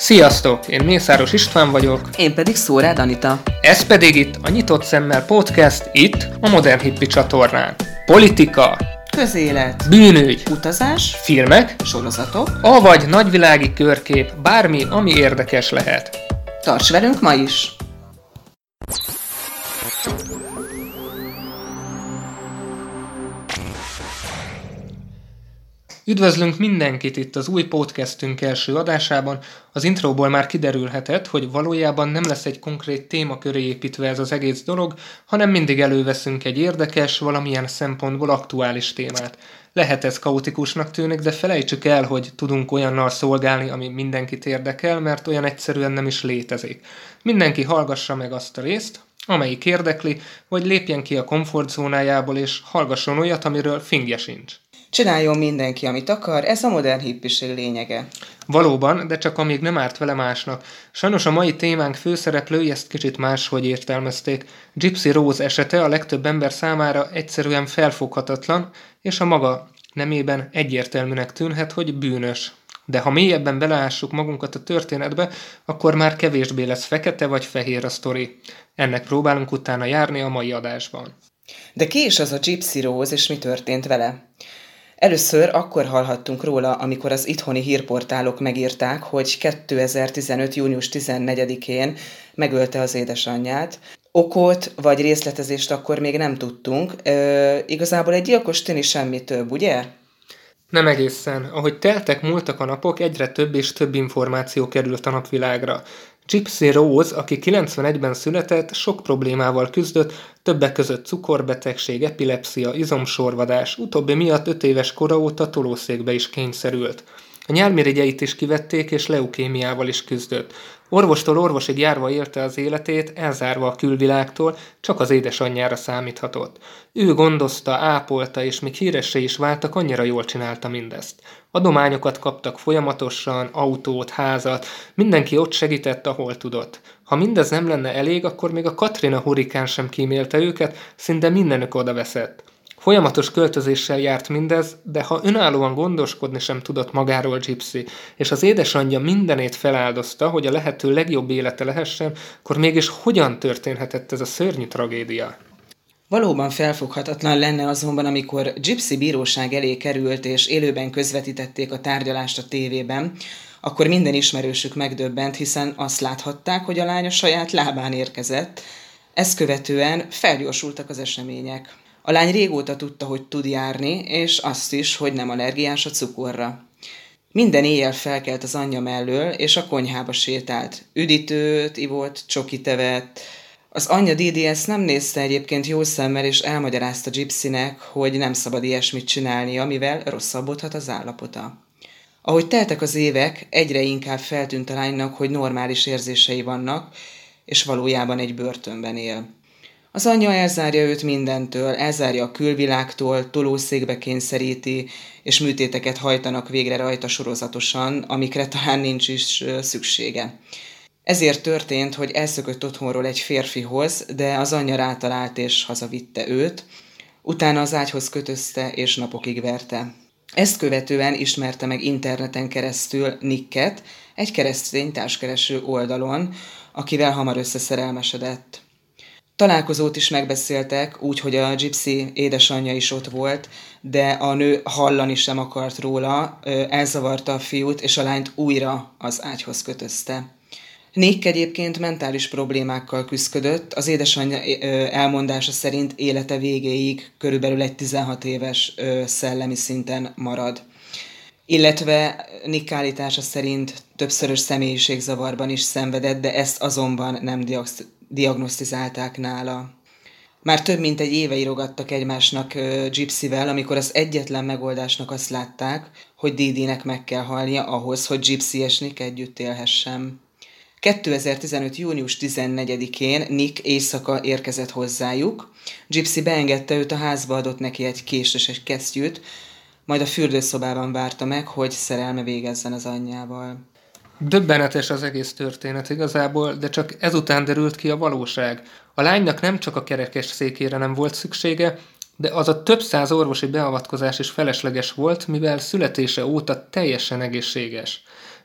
Sziasztok! Én Mészáros István vagyok. Én pedig Szórád Anita. Ez pedig itt a Nyitott Szemmel Podcast, itt a Modern Hippie csatornán. Politika, közélet, bűnügy, utazás, filmek, sorozatok, avagy nagyvilági körkép, bármi, ami érdekes lehet. Tarts velünk ma is! Üdvözlünk mindenkit itt az új podcastünk első adásában. Az intróból már kiderülhetett, hogy valójában nem lesz egy konkrét téma köré építve ez az egész dolog, hanem mindig előveszünk egy érdekes, valamilyen szempontból aktuális témát. Lehet ez kaotikusnak tűnik, de felejtsük el, hogy tudunk olyannal szolgálni, ami mindenkit érdekel, mert olyan egyszerűen nem is létezik. Mindenki hallgassa meg azt a részt, amelyik érdekli, vagy lépjen ki a komfortzónájából és hallgasson olyat, amiről fingje sincs. Csináljon mindenki, amit akar, ez a modern hippiség lényege. Valóban, de csak amíg nem árt vele másnak. Sajnos a mai témánk főszereplői ezt kicsit máshogy értelmezték. Gypsy Rose esete a legtöbb ember számára egyszerűen felfoghatatlan, és a maga nemében egyértelműnek tűnhet, hogy bűnös. De ha mélyebben beleássuk magunkat a történetbe, akkor már kevésbé lesz fekete vagy fehér a sztori. Ennek próbálunk utána járni a mai adásban. De ki is az a Gypsy Rose, és mi történt vele? Először akkor hallhattunk róla, amikor az itthoni hírportálok megírták, hogy 2015. június 14-én megölte az édesanyját. Okot vagy részletezést akkor még nem tudtunk. Igazából egy gyilkos tűni semmi több, ugye? Nem egészen. Ahogy teltek, múltak a napok, egyre több és több információ került a napvilágra. Gypsy Rose, aki 91-ben született, sok problémával küzdött, többek között cukorbetegség, epilepszia, izomsorvadás, utóbbi miatt 5 éves kora óta tolószékbe is kényszerült. A nyálmirigyeit is kivették, és leukémiával is küzdött. Orvostól orvosig járva élte az életét, elzárva a külvilágtól, csak az édesanyjára számíthatott. Ő gondozta, ápolta, és még híressé is váltak, annyira jól csinálta mindezt. Adományokat kaptak folyamatosan, autót, házat, mindenki ott segített, ahol tudott. Ha mindez nem lenne elég, akkor még a Katrina hurrikán sem kímélte őket, szinte mindenük odaveszett. Folyamatos költözéssel járt mindez, de ha önállóan gondoskodni sem tudott magáról Gypsy, és az édesanyja mindenét feláldozta, hogy a lehető legjobb élete lehessen, akkor mégis hogyan történhetett ez a szörnyű tragédia? Valóban felfoghatatlan lenne azonban, amikor Gypsy bíróság elé került, és élőben közvetítették a tárgyalást a tévében, akkor minden ismerősük megdöbbent, hiszen azt láthatták, hogy a lány a saját lábán érkezett. Ezt követően felgyorsultak az események. A lány régóta tudta, hogy tud járni, és azt is, hogy nem allergiás a cukorra. Minden éjjel felkelt az anyja mellől, és a konyhába sétált. Üdítőt ivott, csokit evett. Az anyja Didi ezt nem nézte egyébként jó szemmel, és elmagyarázta Gypsynek, hogy nem szabad ilyesmit csinálnia, mivel rosszabbodhat az állapota. Ahogy teltek az évek, egyre inkább feltűnt a lánynak, hogy normális érzései vannak, és valójában egy börtönben él. Az anyja elzárja őt mindentől, elzárja a külvilágtól, tolószékbe kényszeríti, és műtéteket hajtanak végre rajta sorozatosan, amikre talán nincs is szüksége. Ezért történt, hogy elszökött otthonról egy férfihoz, de az anyja rátalált és hazavitte őt, utána az ágyhoz kötözte és napokig verte. Ezt követően ismerte meg interneten keresztül Nicket, egy keresztény társkereső oldalon, akivel hamar összeszerelmesedett. Találkozót is megbeszéltek, úgyhogy a Gypsy édesanyja is ott volt, de a nő hallani sem akart róla, elzavarta a fiút, és a lányt újra az ágyhoz kötözte. Nick egyébként mentális problémákkal küszködött, az édesanyja elmondása szerint élete végéig körülbelül egy 16 éves szellemi szinten marad. Illetve Nick állítása szerint többszörös személyiségzavarban is szenvedett, de ezt azonban nem diagnosztizálták nála. Már több mint egy éve írogattak egymásnak Gypsyvel, amikor az egyetlen megoldásnak azt látták, hogy Didinek meg kell halnia ahhoz, hogy Gypsy és Nick együtt élhessen. 2015. június 14-én Nick éjszaka érkezett hozzájuk. Gypsy beengedte őt a házba, adott neki egy kést és egy kesztyűt, majd a fürdőszobában várta meg, hogy szerelme végezzen az anyjával. Döbbenetes az egész történet igazából, de csak ezután derült ki a valóság. A lánynak nem csak a kerekes székére nem volt szüksége, de az a több száz orvosi beavatkozás is felesleges volt, mivel születése óta teljesen egészséges.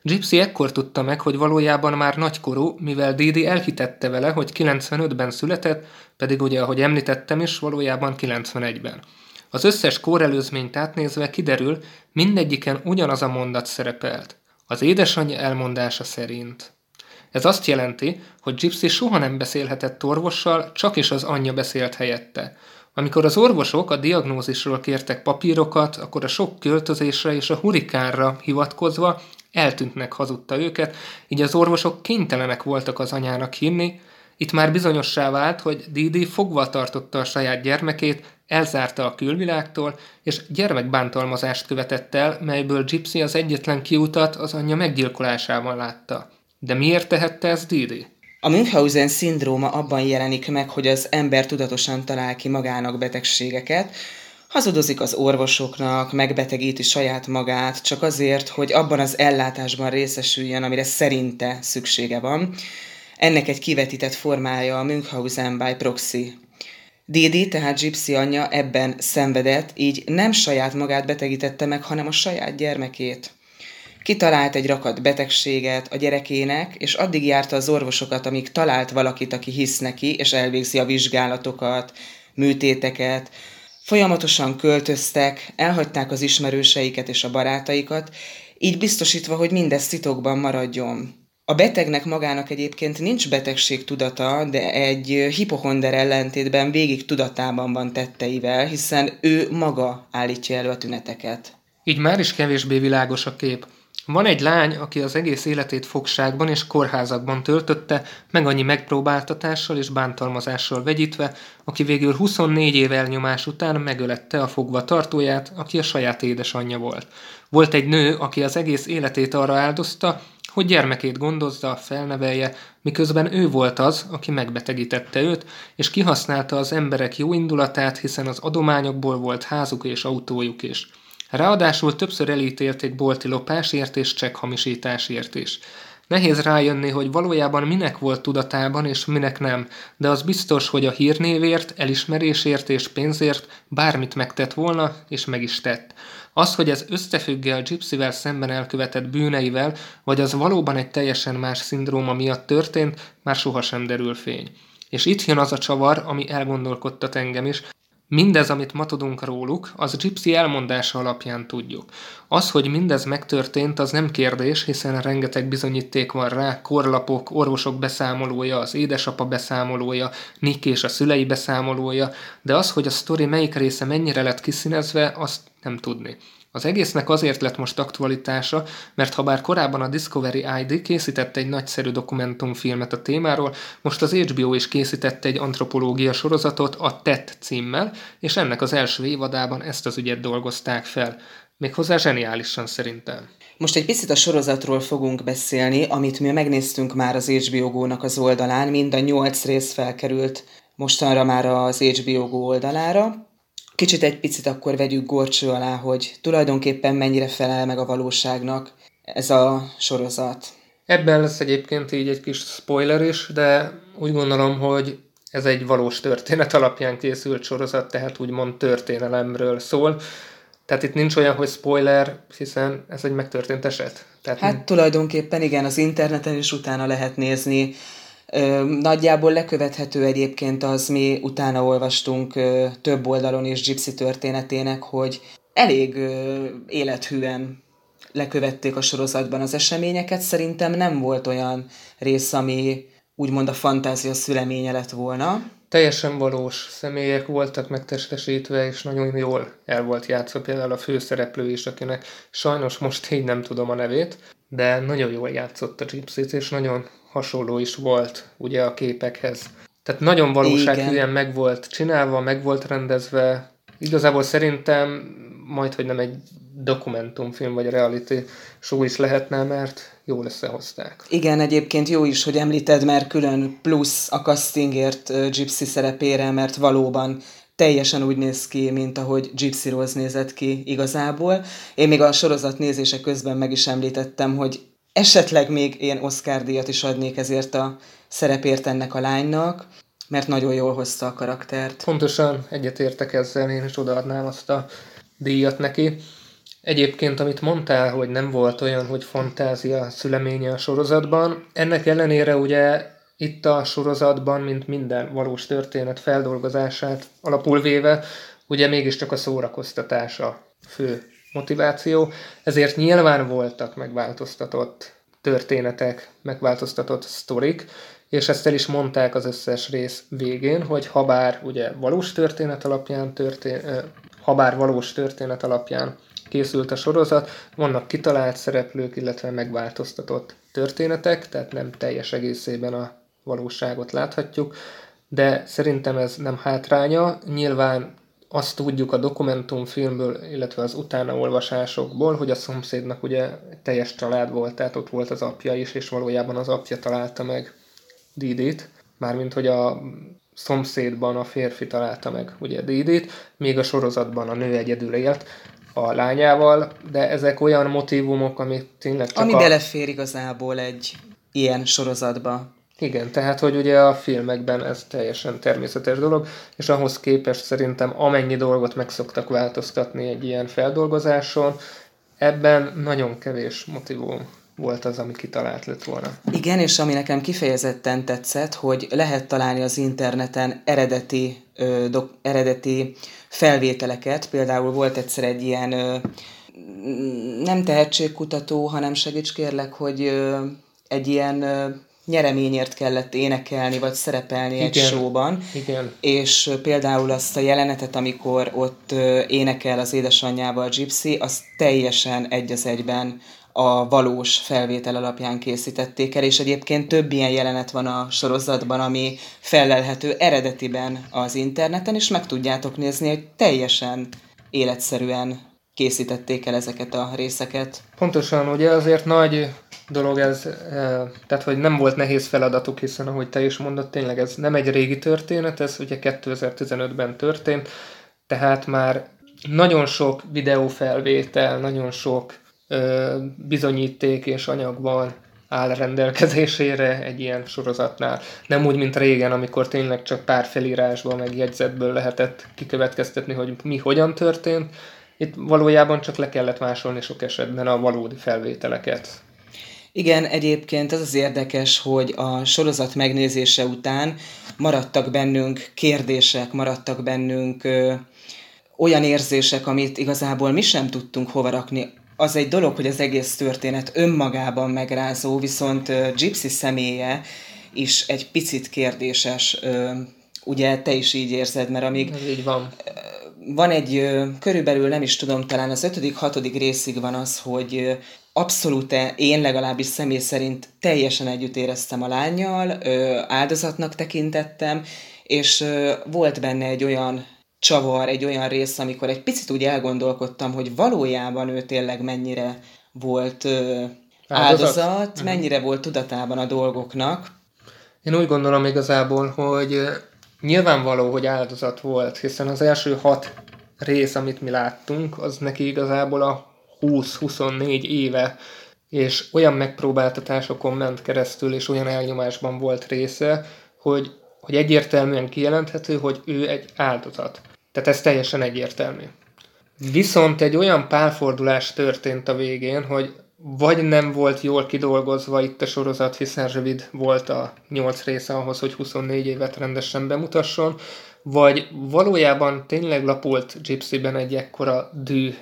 Gypsy ekkor tudta meg, hogy valójában már nagykorú, mivel Didi elhitette vele, hogy 95-ben született, pedig ugye, ahogy említettem is, valójában 91-ben. Az összes kórelőzményt átnézve kiderül, mindegyiken ugyanaz a mondat szerepelt. Az édesanyja elmondása szerint. Ez azt jelenti, hogy Gypsy soha nem beszélhetett orvossal, csak is az anyja beszélt helyette. Amikor az orvosok a diagnózisról kértek papírokat, akkor a sok költözésre és a hurikánra hivatkozva eltűntnek, hazudta őket, így az orvosok kénytelenek voltak az anyának hinni. Itt már bizonyossá vált, hogy Didi fogva tartotta a saját gyermekét, elzárta a külvilágtól, és gyermekbántalmazást követett el, melyből Gypsy az egyetlen kiutat az anyja meggyilkolásában látta. De miért tehette ezt Didi? A Münchhausen-szindróma abban jelenik meg, hogy az ember tudatosan talál ki magának betegségeket, hazudozik az orvosoknak, megbetegíti saját magát, csak azért, hogy abban az ellátásban részesüljön, amire szerinte szüksége van. Ennek egy kivetített formája a Münchhausen by proxy. Didi, tehát Gypsy anyja ebben szenvedett, így nem saját magát betegítette meg, hanem a saját gyermekét. Kitalált egy rakat betegséget a gyerekének, és addig járta az orvosokat, amíg talált valakit, aki hisz neki, és elvégzi a vizsgálatokat, műtéteket. Folyamatosan költöztek, elhagyták az ismerőseiket és a barátaikat, így biztosítva, hogy mindez titokban maradjon. A betegnek magának egyébként nincs betegségtudata, de egy hipochonder ellentétben végig tudatában van tetteivel, hiszen ő maga állítja elő a tüneteket. Így már is kevésbé világos a kép. Van egy lány, aki az egész életét fogságban és kórházakban töltötte, meg annyi megpróbáltatással és bántalmazással vegyítve, aki végül 24 év elnyomás után megölette a fogvatartóját, aki a saját édesanyja volt. Volt egy nő, aki az egész életét arra áldozta, hogy gyermekét gondozza, felnevelje, miközben ő volt az, aki megbetegítette őt, és kihasználta az emberek jó indulatát, hiszen az adományokból volt házuk és autójuk is. Ráadásul többször elítélték bolti lopásért és csekkhamisításért is. Nehéz rájönni, hogy valójában minek volt tudatában és minek nem, de az biztos, hogy a hírnévért, elismerésért és pénzért bármit megtett volna, és meg is tett. Az, hogy ez összefügg-e a Gypsyvel szemben elkövetett bűneivel, vagy az valóban egy teljesen más szindróma miatt történt, már sohasem derül fény. És itt jön az a csavar, ami elgondolkodtat engem is. Mindez, amit ma tudunk róluk, az Gypsy elmondása alapján tudjuk. Az, hogy mindez megtörtént, az nem kérdés, hiszen rengeteg bizonyíték van rá, korlapok, orvosok beszámolója, az édesapa beszámolója, Nick és a szülei beszámolója, de az, hogy a sztori melyik része mennyire lett kiszínezve, azt nem tudni. Az egésznek azért lett most aktualitása, mert ha bár korábban a Discovery ID készítette egy nagyszerű dokumentumfilmet a témáról, most az HBO is készítette egy antropológia sorozatot a TET címmel, és ennek az első évadában ezt az ügyet dolgozták fel. Méghozzá zseniálisan szerintem. Most egy picit a sorozatról fogunk beszélni, amit mi megnéztünk már az HBO Go-nak az oldalán, mind a 8 rész felkerült mostanra már az HBO Go oldalára. Kicsit egy picit akkor vegyük górcső alá, hogy tulajdonképpen mennyire felel meg a valóságnak ez a sorozat. Ebben lesz egyébként így egy kis spoiler is, de úgy gondolom, hogy ez egy valós történet alapján készült sorozat, tehát úgymond történelemről szól. Tehát itt nincs olyan, hogy spoiler, hiszen ez egy megtörtént eset. Tehát tulajdonképpen igen, az interneten is utána lehet nézni. Nagyjából lekövethető egyébként az, mi utána olvastunk több oldalon is Gypsy történetének, hogy elég élethűen lekövették a sorozatban az eseményeket. Szerintem nem volt olyan rész, ami úgymond a fantázia szüleménye lett volna. Teljesen valós személyek voltak megtestesítve, és nagyon jól el volt játszva, például a főszereplő is, akinek sajnos most így nem tudom a nevét, de nagyon jól játszott a Gypsyt, és nagyon hasonló is volt ugye a képekhez. Tehát nagyon valósághűen meg volt csinálva, meg volt rendezve. Igazából szerintem majdhogy nem egy dokumentumfilm vagy reality show is lehetne, mert jól összehozták. Igen, egyébként jó is, hogy említed, mert külön plusz a castingért Gypsy szerepére, mert valóban teljesen úgy néz ki, mint ahogy Gypsy Rose nézett ki igazából. Én még a sorozat nézése közben meg is említettem, hogy esetleg még én Oscar-díjat is adnék ezért a szerepért ennek a lánynak, mert nagyon jól hozta a karaktert. Pontosan egyetértek ezzel, én is odaadnám azt a díjat neki. Egyébként, amit mondtál, hogy nem volt olyan, hogy fantázia szüleménye a sorozatban, ennek ellenére ugye itt a sorozatban, mint minden valós történet feldolgozását alapul véve, ugye mégiscsak a szórakoztatás a fő motiváció, ezért nyilván voltak megváltoztatott történetek, megváltoztatott sztorik, és ezt el is mondták az összes rész végén, hogy habár ugye valós történet alapján készült a sorozat, vannak kitalált szereplők, illetve megváltoztatott történetek, tehát nem teljes egészében a valóságot láthatjuk, de szerintem ez nem hátránya. Nyilván azt tudjuk a dokumentumfilmből, illetve az utánaolvasásokból, hogy a szomszédnak ugye teljes család volt, tehát ott volt az apja is, és valójában az apja találta meg Dee-Dee-t, mármint hogy a szomszédban a férfi találta meg ugye Dee-Dee-t, még a sorozatban a nő egyedül élt a lányával, de ezek olyan motívumok, amik tényleg csak ami belefér igazából egy ilyen sorozatba. Igen, tehát, hogy ugye a filmekben ez teljesen természetes dolog, és ahhoz képest szerintem amennyi dolgot meg szoktak változtatni egy ilyen feldolgozáson, ebben nagyon kevés motivum volt az, ami kitalált lett volna. Igen, és ami nekem kifejezetten tetszett, hogy lehet találni az interneten eredeti felvételeket. Például volt egyszer egy ilyen nem tehetségkutató, hanem segíts kérlek, hogy egy ilyen nyereményért kellett énekelni, vagy szerepelni egy showban. Igen. És például azt a jelenetet, amikor ott énekel az édesanyjával Gypsy, az teljesen egy az egyben a valós felvétel alapján készítették el, és egyébként több ilyen jelenet van a sorozatban, ami fellelhető eredetiben az interneten, és meg tudjátok nézni, hogy teljesen életszerűen készítették el ezeket a részeket. Pontosan, ugye azért nagy dolog ez, tehát hogy nem volt nehéz feladatuk, hiszen ahogy te is mondod, tényleg ez nem egy régi történet, ez ugye 2015-ben történt, tehát már nagyon sok videófelvétel, nagyon sok bizonyíték és anyag van áll rendelkezésére egy ilyen sorozatnál. Nem úgy, mint régen, amikor tényleg csak pár felírásból, meg jegyzetből lehetett kikövetkeztetni, hogy mi hogyan történt. Itt valójában csak le kellett másolni sok esetben a valódi felvételeket. Igen, egyébként az érdekes, hogy a sorozat megnézése után maradtak bennünk kérdések, maradtak bennünk olyan érzések, amit igazából mi sem tudtunk hova rakni. Az egy dolog, hogy az egész történet önmagában megrázó, viszont Gypsy személye is egy picit kérdéses. Ugye te is így érzed, mert amíg... Ez így van. Van egy, körülbelül nem is tudom, talán az 5.-6. részig van az, hogy abszolút én legalábbis személy szerint teljesen együtt éreztem a lánnyal, áldozatnak tekintettem, és volt benne egy olyan csavar, egy olyan rész, amikor egy picit úgy elgondolkodtam, hogy valójában ő tényleg mennyire volt áldozat, mennyire volt tudatában a dolgoknak. Én úgy gondolom igazából, hogy nyilvánvaló, hogy áldozat volt, hiszen az első 6 rész, amit mi láttunk, az neki igazából a 20-24 éve, és olyan megpróbáltatásokon ment keresztül, és olyan elnyomásban volt része, hogy egyértelműen kijelenthető, hogy ő egy áldozat. Tehát ez teljesen egyértelmű. Viszont egy olyan pálfordulás történt a végén, hogy vagy nem volt jól kidolgozva itt a sorozat, hiszen rövid volt a 8 része ahhoz, hogy 24 évet rendesen bemutasson, vagy valójában tényleg lapult Gypsyben egy ekkora dű,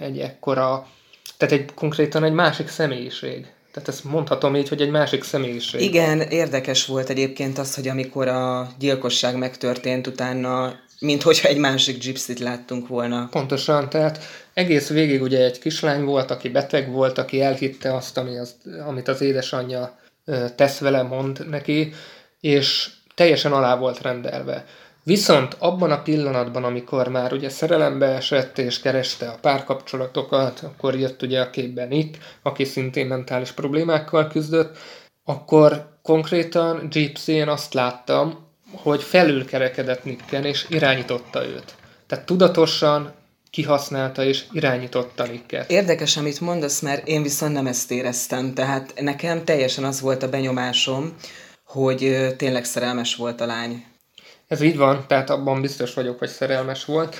tehát konkrétan egy másik személyiség. Tehát ezt mondhatom így, hogy egy másik személyiség. Igen, érdekes volt egyébként az, hogy amikor a gyilkosság megtörtént utána, minthogyha egy másik Gypsyt láttunk volna. Pontosan, tehát egész végig ugye egy kislány volt, aki beteg volt, aki elhitte azt, amit az édesanyja tesz vele, mond neki, és teljesen alá volt rendelve. Viszont abban a pillanatban, amikor már ugye szerelembe esett és kereste a párkapcsolatokat, akkor jött ugye a képben Nick, aki szintén mentális problémákkal küzdött, akkor konkrétan Gypsy-én azt láttam, hogy felülkerekedett Nicken és irányította őt. Tehát tudatosan kihasználta és irányította Nicket. Érdekes, amit mondasz, mert én viszont nem ezt éreztem. Tehát nekem teljesen az volt a benyomásom, hogy tényleg szerelmes volt a lány. Ez így van, tehát abban biztos vagyok, hogy szerelmes volt,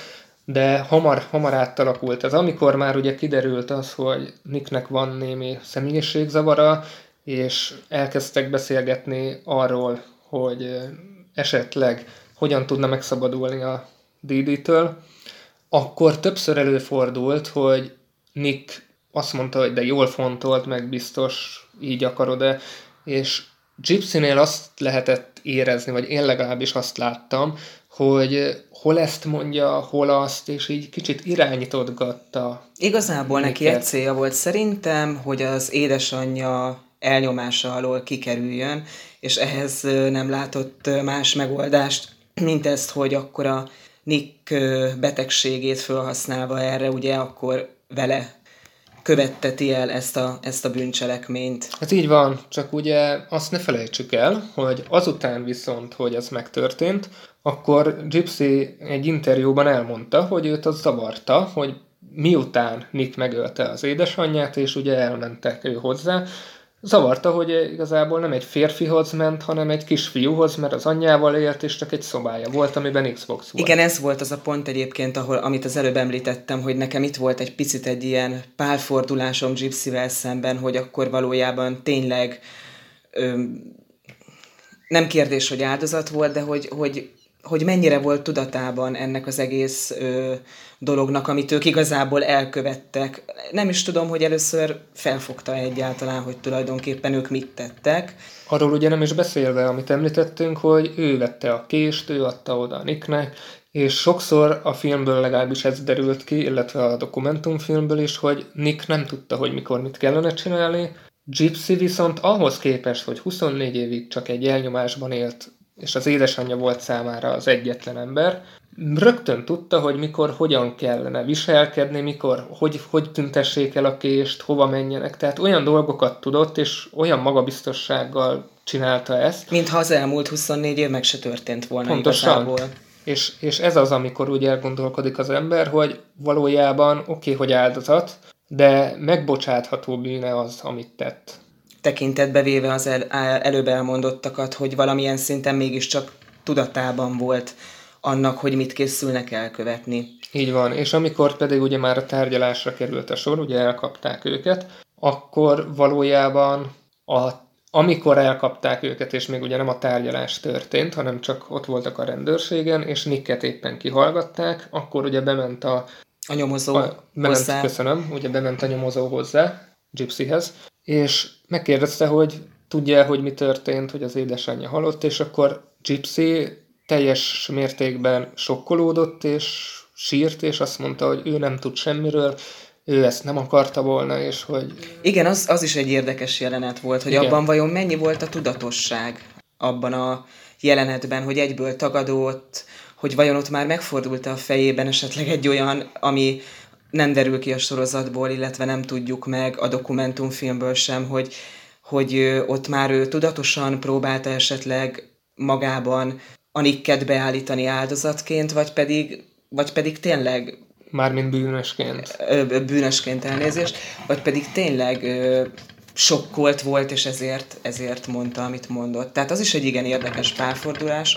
de hamar átalakult ez. Amikor már ugye kiderült az, hogy Nicknek van némi személyiségzavara, és elkezdtek beszélgetni arról, hogy esetleg hogyan tudna megszabadulni a Dee-Dee-től, akkor többször előfordult, hogy Nick azt mondta, hogy de jól fontolt, meg biztos így akarod-e, és Gypsynél azt lehetett érezni, vagy én legalábbis azt láttam, hogy hol ezt mondja, hol azt, és így kicsit irányítotgatta. Igazából neki egy célja volt szerintem, hogy az édesanyja elnyomása alól kikerüljön, és ehhez nem látott más megoldást, mint ezt, hogy akkor a Nick betegségét felhasználva erre, ugye akkor vele követteti el ezt a bűncselekményt. Hát így van, csak ugye azt ne felejtsük el, hogy azután viszont, hogy ez megtörtént, akkor Gypsy egy interjúban elmondta, hogy őt az zavarta, hogy miután Nick megölte az édesanyját, és ugye elmentek ő hozzá, zavarta, hogy igazából nem egy férfihoz ment, hanem egy kisfiúhoz, mert az anyjával élt, és csak egy szobája volt, amiben Xbox volt. Igen, ez volt az a pont egyébként, amit az előbb említettem, hogy nekem itt volt egy picit egy ilyen pálfordulásom Gypsyvel szemben, hogy akkor valójában tényleg nem kérdés, hogy áldozat volt, de hogy mennyire volt tudatában ennek az egész dolognak, amit ők igazából elkövettek. Nem is tudom, hogy először felfogta egyáltalán, hogy tulajdonképpen ők mit tettek. Arról ugye nem is beszélve, amit említettünk, hogy ő vette a kést, ő adta oda a Nicknek, és sokszor a filmből legalábbis ez derült ki, illetve a dokumentumfilmből is, hogy Nick nem tudta, hogy mikor mit kellene csinálni. Gypsy viszont ahhoz képest, hogy 24 évig csak egy elnyomásban élt, és az édesanyja volt számára az egyetlen ember, rögtön tudta, hogy mikor, hogyan kellene viselkedni, mikor, hogy tüntessék el a kést, hova menjenek. Tehát olyan dolgokat tudott, és olyan magabiztossággal csinálta ezt. Mintha az elmúlt 24 év meg se történt volna. Pontosan. Igazából. És ez az, amikor úgy elgondolkodik az ember, hogy valójában oké, hogy áldozat, de megbocsátható bűne az, amit tett. Tekintetbe véve az előbb elmondottakat, hogy valamilyen szinten mégiscsak tudatában volt annak, hogy mit készülnek elkövetni. Így van, és amikor pedig ugye már a tárgyalásra került a sor, ugye elkapták őket, akkor valójában amikor elkapták őket, és még ugye nem a tárgyalás történt, hanem csak ott voltak a rendőrségen, és Nicket éppen kihallgatták, akkor ugye bement a nyomozó hozzá. Köszönöm, ugye bement a nyomozó hozzá, Gypsyhez, és megkérdezte, hogy tudja, hogy mi történt, hogy az édesanyja halott, és akkor Gypsy teljes mértékben sokkolódott, és sírt, és azt mondta, hogy ő nem tud semmiről, ő ezt nem akarta volna, és hogy... Igen, az is egy érdekes jelenet volt, hogy igen. Abban vajon mennyi volt a tudatosság abban a jelenetben, hogy egyből tagadott, hogy vajon ott már megfordult a fejében esetleg egy olyan, ami nem derül ki a sorozatból, illetve nem tudjuk meg a dokumentumfilmből sem, hogy ott már ő tudatosan próbálta esetleg magában a Nicket beállítani áldozatként, vagy pedig tényleg... Mármint bűnösként. Bűnösként elnézést, vagy pedig tényleg sokkolt volt, és ezért mondta, amit mondott. Tehát az is egy igen érdekes párfordulás,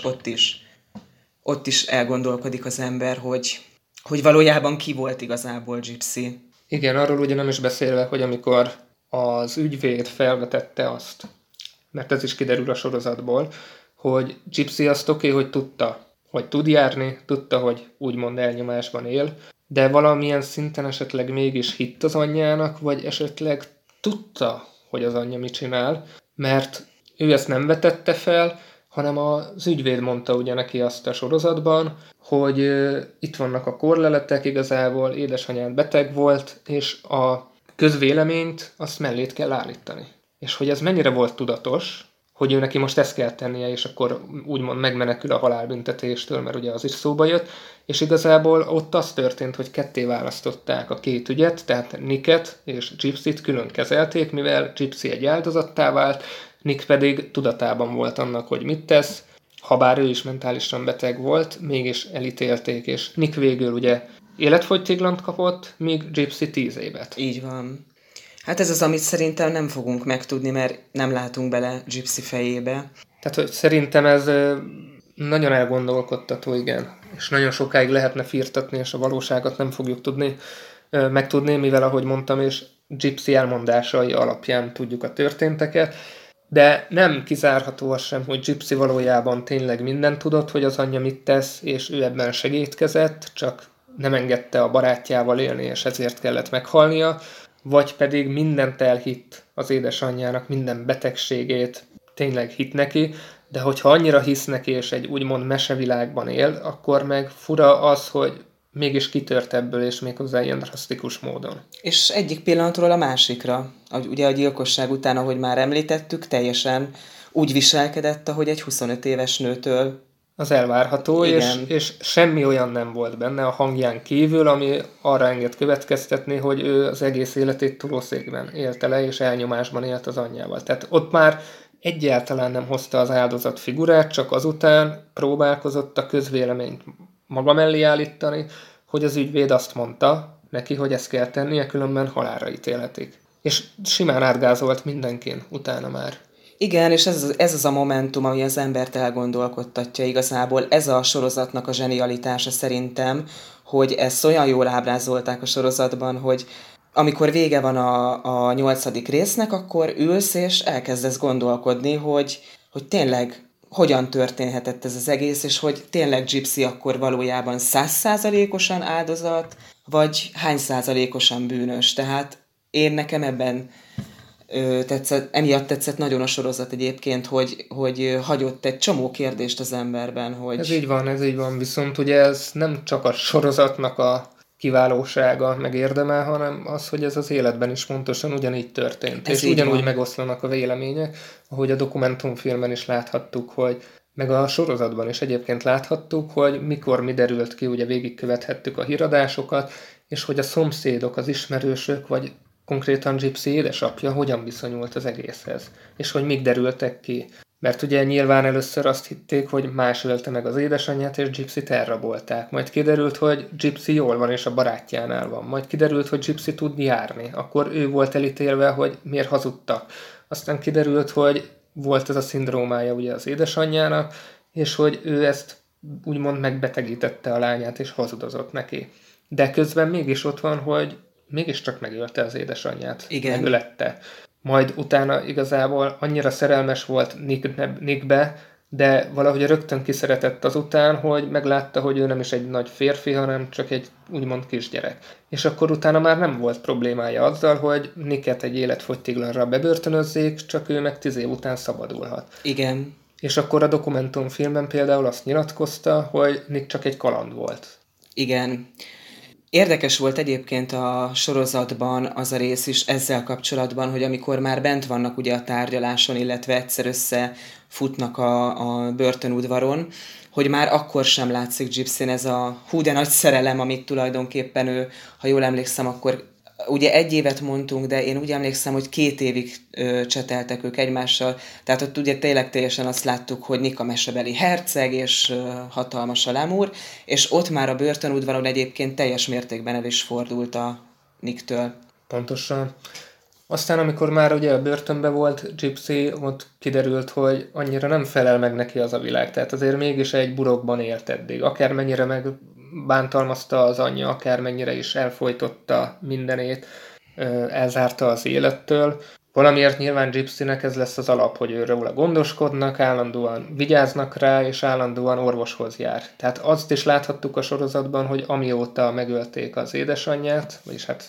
ott is elgondolkodik az ember, hogy valójában ki volt igazából Gypsy. Igen, arról ugye nem is beszélve, hogy amikor az ügyvéd felvetette azt, mert ez is kiderül a sorozatból, hogy Gypsy azt oké, hogy tudta, hogy tud járni, tudta, hogy úgymond elnyomásban él, de valamilyen szinten esetleg mégis hitt az anyjának, vagy esetleg tudta, hogy az anyja mit csinál, mert ő ezt nem vetette fel, hanem az ügyvéd mondta ugye neki azt a sorozatban, hogy itt vannak a korleletek, igazából édesanyád beteg volt, és a közvéleményt azt mellét kell állítani. És hogy ez mennyire volt tudatos, hogy ő neki most ezt kell tennie, és akkor úgymond megmenekül a halálbüntetéstől, mert ugye az is szóba jött, és igazából ott az történt, hogy ketté választották a két ügyet, tehát Nicket és Gypsyt külön kezelték, mivel Gypsy egy áldozattá vált, Nick pedig tudatában volt annak, hogy mit tesz, habár ő is mentálisan beteg volt, mégis elítélték, és Nick végül ugye életfogytiglant kapott, míg Gypsy 10 évet. Így van. Hát ez az, amit szerintem nem fogunk megtudni, mert nem látunk bele Gypsy fejébe. Tehát hogy szerintem ez Nagyon elgondolkodtató, igen. És nagyon sokáig lehetne firtatni, és a valóságot nem fogjuk tudni megtudni, mivel ahogy mondtam, és Gypsy elmondásai alapján tudjuk a történteket. De nem kizárható az sem, hogy Gypsy valójában tényleg mindent tudott, hogy az anyja mit tesz, és ő ebben segítkezett, csak nem engedte a barátjával élni, és ezért kellett meghalnia, vagy pedig mindent elhitt az édesanyjának, minden betegségét, tényleg hitt neki, de hogyha annyira hisz neki, és egy úgymond mesevilágban él, akkor meg fura az, hogy mégis kitört ebből, és méghozzá ilyen drasztikus módon. És egyik pillanatról a másikra, ugye a gyilkosság után, ahogy már említettük, teljesen úgy viselkedett, ahogy egy 25 éves nőtől. Az elvárható, és semmi olyan nem volt benne a hangján kívül, ami arra enged következtetni, hogy ő az egész életét túlószékben élte le, és elnyomásban élt az anyjával. Tehát ott már egyáltalán nem hozta az áldozat figurát, csak azután próbálkozott a közvéleményt maga mellé állítani, hogy az ügyvéd azt mondta neki, hogy ezt kell tennie, különben halálra ítélhetik. És simán átgázolt mindenkin utána már. Igen, és ez az a momentum, ami az embert elgondolkodtatja igazából. Ez a sorozatnak a zsenialitása szerintem, hogy ezt olyan jól ábrázolták a sorozatban, hogy amikor vége van a 8. résznek, akkor ülsz és elkezdesz gondolkodni, hogy tényleg hogyan történhetett ez az egész, és hogy tényleg Gypsy akkor valójában 100%-osan áldozat, vagy hány százalékosan bűnös. Tehát nekem ebben emiatt tetszett nagyon a sorozat egyébként, hogy hagyott egy csomó kérdést az emberben. Hogy... Ez így van, viszont ugye ez nem csak a sorozatnak a kiválósága meg érdeme, hanem az, hogy ez az életben is pontosan ugyanígy történt. Ez és ugyanúgy megoszlanak a vélemények, ahogy a dokumentumfilmen is láthattuk, hogy meg a sorozatban is egyébként láthattuk, hogy mikor mi derült ki, ugye végigkövethettük a híradásokat, és hogy a szomszédok, az ismerősök, vagy konkrétan Gypsy édesapja hogyan viszonyult az egészhez, és hogy mik derültek ki. Mert ugye nyilván először azt hitték, hogy más ölte meg az édesanyját, és Gypsyt elrabolták. Majd kiderült, hogy Gypsy jól van, és a barátjánál van. Majd kiderült, hogy Gypsy tud járni. Akkor ő volt elítélve, hogy miért hazudtak. Aztán kiderült, hogy volt ez a szindrómája ugye az édesanyjának, és hogy ő ezt úgymond megbetegítette a lányát, és hazudozott neki. De közben mégis ott van, hogy mégiscsak megölte az édesanyját. Igen. Megölette. Majd utána igazából annyira szerelmes volt Nickbe, de valahogy rögtön kiszeretett azután, hogy meglátta, hogy ő nem is egy nagy férfi, hanem csak egy úgymond kisgyerek. És akkor utána már nem volt problémája azzal, hogy Nicket egy életfogytiglanra bebörtönözzék, csak ő meg 10 év után szabadulhat. Igen. És akkor a dokumentumfilmben például azt nyilatkozta, hogy Nick csak egy kaland volt. Igen. Érdekes volt egyébként a sorozatban az a rész is ezzel kapcsolatban, hogy amikor már bent vannak ugye a tárgyaláson, illetve egyszer összefutnak a börtönudvaron, hogy már akkor sem látszik Gypsyn ez a hú de nagy szerelem, amit tulajdonképpen ő, ha jól emlékszem, akkor ugye 1 évet mondtunk, de én úgy emlékszem, hogy 2 évig cseteltek ők egymással, tehát ott ugye tényleg teljesen azt láttuk, hogy Nick a mesebeli herceg, és hatalmas a lemúr, és ott már a börtönudvaron egyébként teljes mértékben el is fordult a Nicktől. Pontosan. Aztán, amikor már ugye a börtönbe volt Gypsy, ott kiderült, hogy annyira nem felel meg neki az a világ. Tehát azért mégis egy burokban élt eddig. Akármennyire megbántalmazta az anyja, akármennyire is elfojtotta mindenét, elzárta az élettől. Valamiért nyilván Gypsynek ez lesz az alap, hogy őről gondoskodnak, állandóan vigyáznak rá, és állandóan orvoshoz jár. Tehát azt is láthattuk a sorozatban, hogy amióta megölték az édesanyját, vagyis hát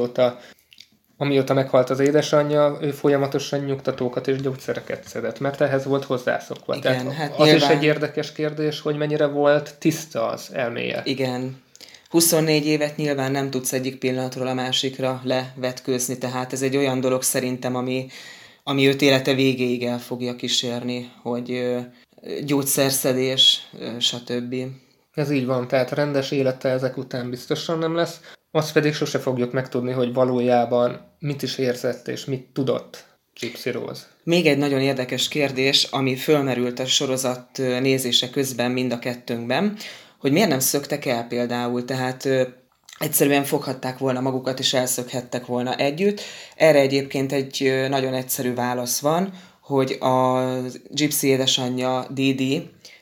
amióta meghalt az édesanyja, ő folyamatosan nyugtatókat és gyógyszereket szedett, mert ehhez volt hozzászokva. Igen, tehát hát az nyilván... is egy érdekes kérdés, hogy mennyire volt tiszta az elméje. Igen. 24 évet nyilván nem tudsz egyik pillanatról a másikra levetkőzni, tehát ez egy olyan dolog szerintem, ami őt élete végéig el fogja kísérni, hogy gyógyszerszedés, stb. Ez így van, tehát rendes élete ezek után biztosan nem lesz. Azt pedig sose fogjuk megtudni, hogy valójában mit is érzett és mit tudott Gypsy Rose. Még egy nagyon érdekes kérdés, ami fölmerült a sorozat nézése közben mind a kettőnkben, hogy miért nem szöktek el például, tehát egyszerűen foghatták volna magukat és elszökhettek volna együtt. Erre egyébként egy nagyon egyszerű válasz van, hogy a Gypsy édesanyja Didi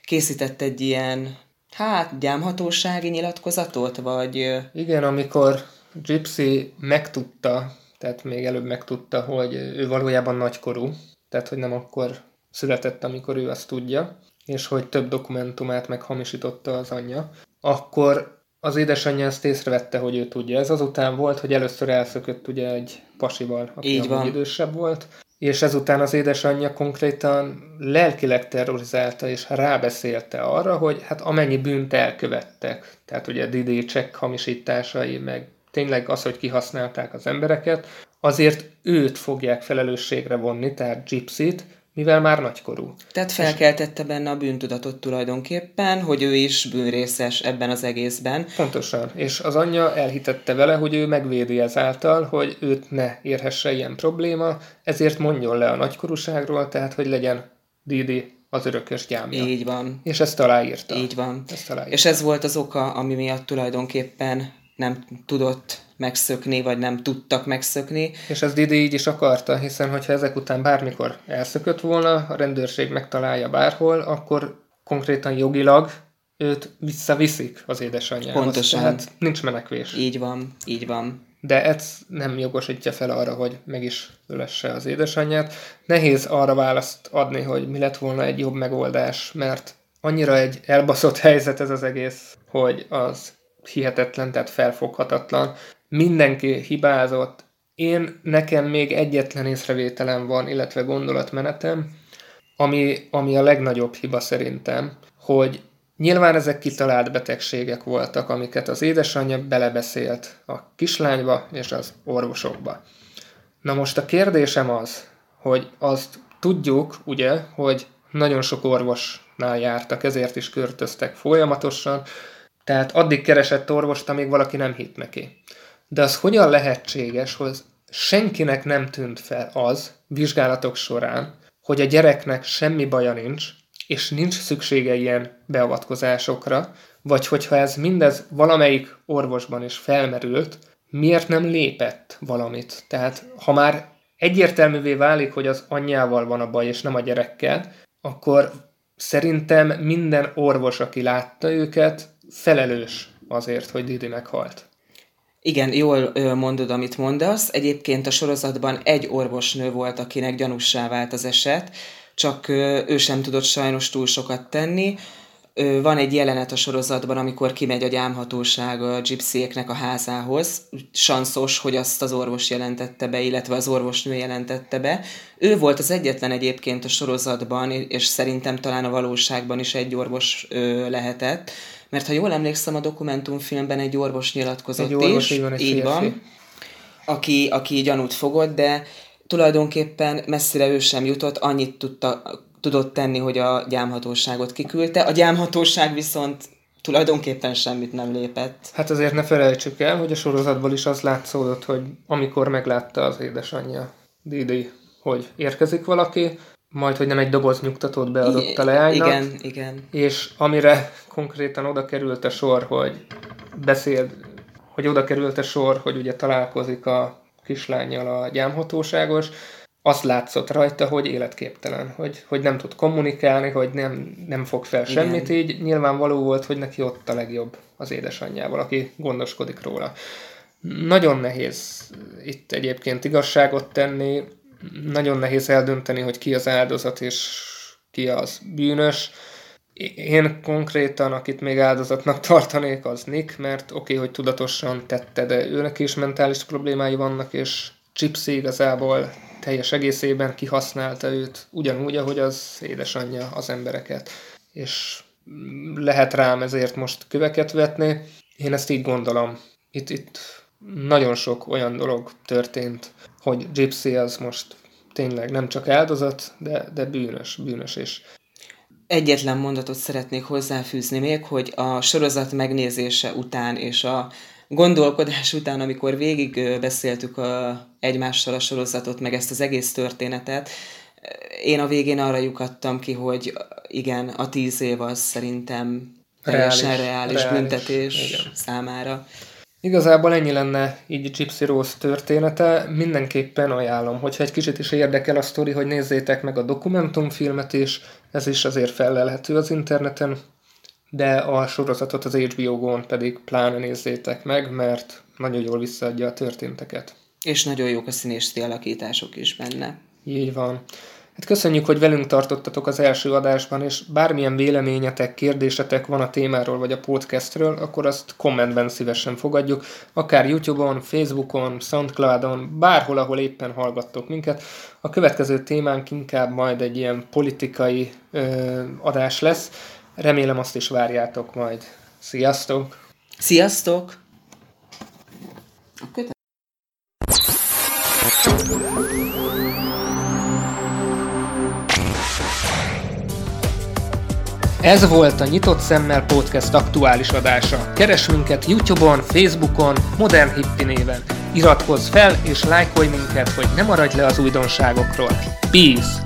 készített egy ilyen, gyámhatósági nyilatkozatot, vagy... Igen, amikor Gypsy megtudta, tehát még előbb megtudta, hogy ő valójában nagykorú, tehát hogy nem akkor született, amikor ő azt tudja, és hogy több dokumentumát meghamisította az anyja, akkor az édesanyja ezt észrevette, hogy ő tudja. Ez azután volt, hogy először elszökött ugye egy pasival, aki amúgy idősebb volt, és ezután az édesanyja konkrétan lelkileg terrorizálta és rábeszélte arra, hogy hát amennyi bűnt elkövettek, tehát ugye Didi csekk hamisításai, meg tényleg az, hogy kihasználták az embereket, azért őt fogják felelősségre vonni, tehát Gypsyt, mivel már nagykorú. Tehát felkeltette benne a bűntudatot tulajdonképpen, hogy ő is bűnrészes ebben az egészben. Pontosan. És az anyja elhitette vele, hogy ő megvédi ezáltal, hogy őt ne érhesse ilyen probléma, ezért mondjon le a nagykorúságról, tehát hogy legyen Didi az örökös gyámja. Így van. És ezt aláírta. Így van. És ez volt az oka, ami miatt tulajdonképpen nem tudott megszökni, vagy nem tudtak megszökni. És ez Didi így is akarta, hiszen hogyha ezek után bármikor elszökött volna, a rendőrség megtalálja bárhol, akkor konkrétan jogilag őt visszaviszik az édesanyjához. Pontosan. Tehát nincs menekvés. Így van, így van. De ez nem jogosítja fel arra, hogy meg is ölesse az édesanyját. Nehéz arra választ adni, hogy mi lett volna egy jobb megoldás, mert annyira egy elbaszott helyzet ez az egész, hogy az hihetetlen, tehát felfoghatatlan. Mindenki hibázott. Nekem még egyetlen észrevételem van, illetve gondolatmenetem, ami a legnagyobb hiba szerintem, hogy nyilván ezek kitalált betegségek voltak, amiket az édesanyja belebeszélt a kislányba és az orvosokba. Na most a kérdésem az, hogy azt tudjuk, ugye, hogy nagyon sok orvosnál jártak, ezért is költöztek folyamatosan, tehát addig keresett orvost, amíg valaki nem hitt neki. De az hogyan lehetséges, hogy senkinek nem tűnt fel az vizsgálatok során, hogy a gyereknek semmi baja nincs, és nincs szüksége ilyen beavatkozásokra, vagy hogyha ez mindez valamelyik orvosban is felmerült, miért nem lépett valamit? Tehát ha már egyértelművé válik, hogy az anyjával van a baj, és nem a gyerekkel, akkor szerintem minden orvos, aki látta őket, felelős azért, hogy Didi meghalt. Igen, jól mondod, amit mondasz. Egyébként a sorozatban egy orvosnő volt, akinek gyanússá vált az eset, csak ő sem tudott sajnos túl sokat tenni. Van egy jelenet a sorozatban, amikor kimegy a gyámhatóság a Gypsyéknek a házához. Sanszos, hogy azt az orvos jelentette be, illetve az orvosnő jelentette be. Ő volt az egyetlen egyébként a sorozatban, és szerintem talán a valóságban is egy orvos lehetett. Mert ha jól emlékszem, a dokumentumfilmben egy orvos nyilatkozott egy orvos, is, így van, aki gyanút fogott, de tulajdonképpen messzire ő sem jutott, annyit tudott tenni, hogy a gyámhatóságot kiküldte. A gyámhatóság viszont tulajdonképpen semmit nem lépett. Hát azért ne felejtsük el, hogy a sorozatból is az látszódott, hogy amikor meglátta az édesanyja, Didi, hogy érkezik valaki, majd, hogy nem egy doboz nyugtatót beadott a leánynak. Igen. És amire konkrétan oda került a sor, hogy ugye találkozik a kislánnyal a gyámhatóságos, azt látszott rajta, hogy életképtelen, hogy nem tud kommunikálni, hogy nem fog fel semmit, így nyilvánvaló volt, hogy neki ott a legjobb az édesanyjával, aki gondoskodik róla. Nagyon nehéz itt egyébként igazságot tenni, nagyon nehéz eldönteni, hogy ki az áldozat és ki az bűnös. Én konkrétan, akit még áldozatnak tartanék, az Nick, mert oké, hogy tudatosan tette, de őnek is mentális problémái vannak, és Gypsy igazából teljes egészében kihasználta őt, ugyanúgy, ahogy az édesanyja az embereket. És lehet rám ezért most köveket vetni. Én ezt így gondolom. Itt nagyon sok olyan dolog történt, hogy Gypsy az most tényleg nem csak áldozat, de bűnös is. Egyetlen mondatot szeretnék hozzáfűzni még, hogy a sorozat megnézése után és a gondolkodás után, amikor végig beszéltük egymással a sorozatot, meg ezt az egész történetet, én a végén arra lyukadtam ki, hogy igen, a 10 év az szerintem teljesen reális büntetés igen. Számára. Igazából ennyi lenne így Gypsy Rose története, mindenképpen ajánlom, hogyha egy kicsit is érdekel a sztori, hogy nézzétek meg a dokumentumfilmet is, ez is azért fellelhető az interneten, de a sorozatot az HBO Go-n pedig pláne nézzétek meg, mert nagyon jól visszaadja a történteket. És nagyon jók a színészi alakítások is benne. Így van. Hát köszönjük, hogy velünk tartottatok az első adásban, és bármilyen véleményetek, kérdésetek van a témáról vagy a podcastről, akkor azt kommentben szívesen fogadjuk, akár YouTube-on, Facebookon, Soundcloudon, bárhol, ahol éppen hallgattok minket. A következő témánk inkább majd egy ilyen politikai adás lesz. Remélem azt is várjátok majd. Sziasztok! Sziasztok! Ez volt a Nyitott Szemmel Podcast aktuális adása. Keres minket YouTube-on, Facebookon, Modern Hippi néven. Iratkozz fel és lájkolj minket, hogy ne maradj le az újdonságokról. Peace!